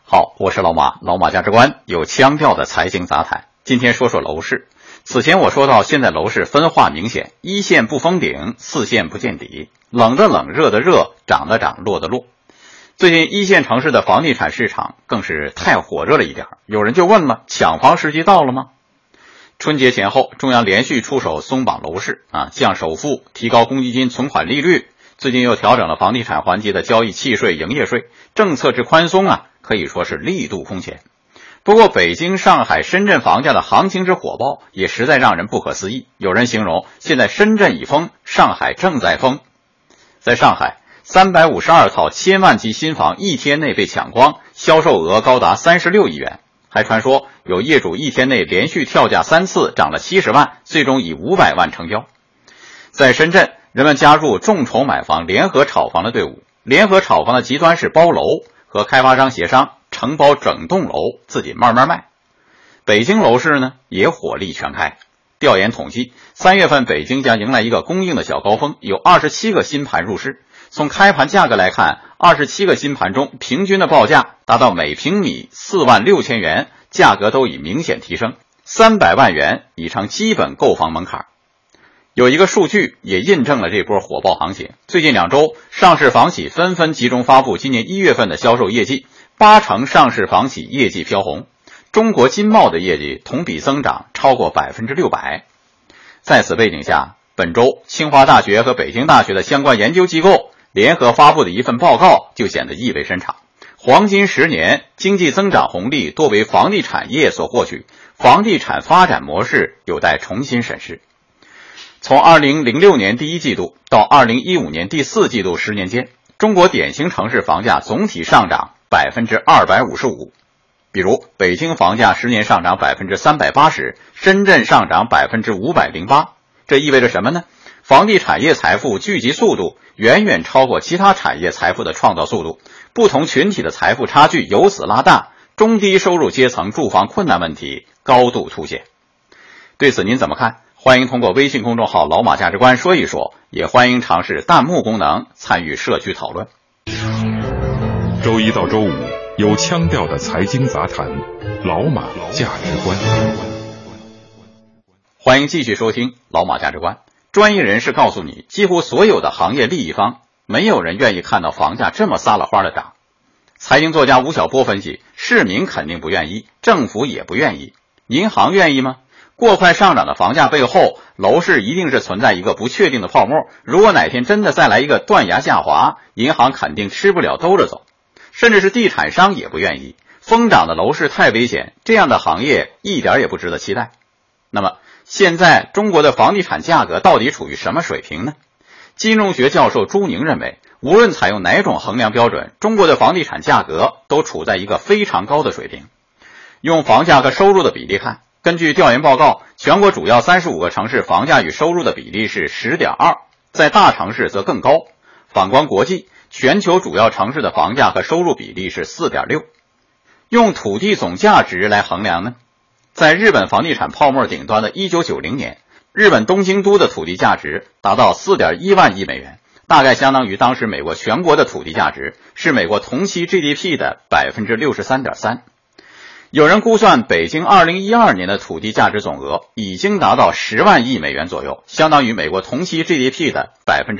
好，我是老马，老马价值观，有腔调的财经杂谈。今天说说楼市。此前我说到，现在楼市分化明显，一线不封顶，四线不见底，冷的冷，热的热，涨的涨，落的落。最近一线城市的房地产市场更是太火热了一点，有人就问了，抢房时机到了吗？春节前后，中央连续出手松绑楼市降首付，提高公积金存款利率，最近又调整了房地产环节的交易契税、营业税，政策之宽松可以说是力度空前。不过北京、上海、深圳房价的行情之火爆也实在让人不可思议。有人形容现在深圳已封，上海正在封。在上海352套千万级新房一天内被抢光，销售额高达36亿元。还传说有业主一天内连续跳价3次，涨了70万，最终以500万成交。在深圳，人们加入众筹买房、联合炒房的队伍。联合炒房的极端是包楼，和开发商协商承包整栋楼，自己慢慢卖。北京楼市呢也火力全开。调研统计，3月份北京将迎来一个供应的小高峰，有27个新盘入市。从开盘价格来看，27个新盘中平均的报价达到每平米46000元，价格都已明显提升，300万元已成基本购房门槛。有一个数据也印证了这波火爆行情。最近2周，上市房企纷纷集中发布今年1月份的销售业绩，80%上市房企业绩飘红，中国金茂的业绩同比增长超过600%。在此背景下，本周清华大学和北京大学的相关研究机构联合发布的一份报告就显得意味深长。黄金10年经济增长红利多为房地产业所获取，房地产发展模式有待重新审视。从2006年第一季度到2015年第4季度10年间，中国典型城市房价总体上涨255%。比如北京房价10年上涨380%，深圳上涨508%。这意味着什么呢？房地产业财富聚集速度远远超过其他产业财富的创造速度，不同群体的财富差距由此拉大，中低收入阶层住房困难问题高度凸显。对此您怎么看？欢迎通过微信公众号老马价值观说一说，也欢迎尝试弹幕功能参与社区讨论。 周一到周五有腔调的财经杂谈，老马价值观。 欢迎继续收听老马价值观。专业人士告诉你，几乎所有的行业利益方，没有人愿意看到房价这么撒了欢的涨。财经作家吴晓波分析，市民肯定不愿意，政府也不愿意，银行愿意吗？过快上涨的房价背后，楼市一定是存在一个不确定的泡沫。如果哪天真的再来一个断崖下滑，银行肯定吃不了兜着走。甚至是地产商也不愿意，疯涨的楼市太危险，这样的行业一点也不值得期待。那么现在中国的房地产价格到底处于什么水平呢？金融学教授朱宁认为，无论采用哪种衡量标准，中国的房地产价格都处在一个非常高的水平。用房价和收入的比例看，根据调研报告，全国主要35个城市房价与收入的比例是 10.2， 在大城市则更高。反观国际，全球主要城市的房价和收入比例是 4.6。 用土地总价值来衡量呢？在日本房地产泡沫顶端的1990年，日本东京都的土地价值达到 4.1万亿美元，大概相当于当时美国全国的土地价值，是美国同期 GDP 的 63.3%。有人估算北京2012年的土地价值总额已经达到10万亿美元左右，相当于美国同期 GDP 的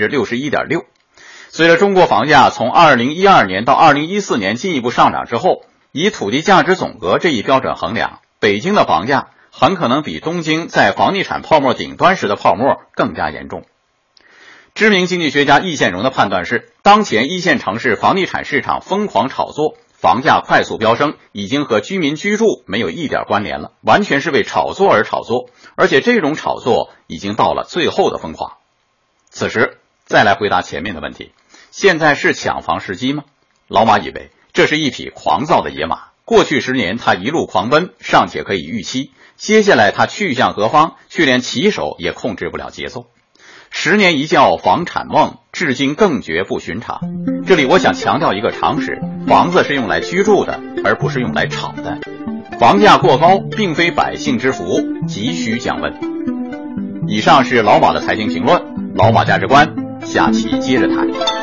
61.6%。 随着中国房价从2012年到2014年进一步上涨之后，以土地价值总额这一标准衡量，北京的房价很可能比东京在房地产泡沫顶端时的泡沫更加严重。知名经济学家易宪荣的判断是，当前一线城市房地产市场疯狂炒作，房价快速飙升，已经和居民居住没有一点关联了，完全是为炒作而炒作，而且这种炒作已经到了最后的疯狂。此时再来回答前面的问题，现在是抢房时机吗？老马以为这是一匹狂躁的野马，过去10年他一路狂奔，尚且可以预期，接下来他去向何方，却连骑手也控制不了节奏。10年一觉房产梦，至今更觉不寻常。这里我想强调一个常识，房子是用来居住的，而不是用来炒的。房价过高并非百姓之福，急需降温。以上是老马的财经评论，老马价值观，下期接着谈。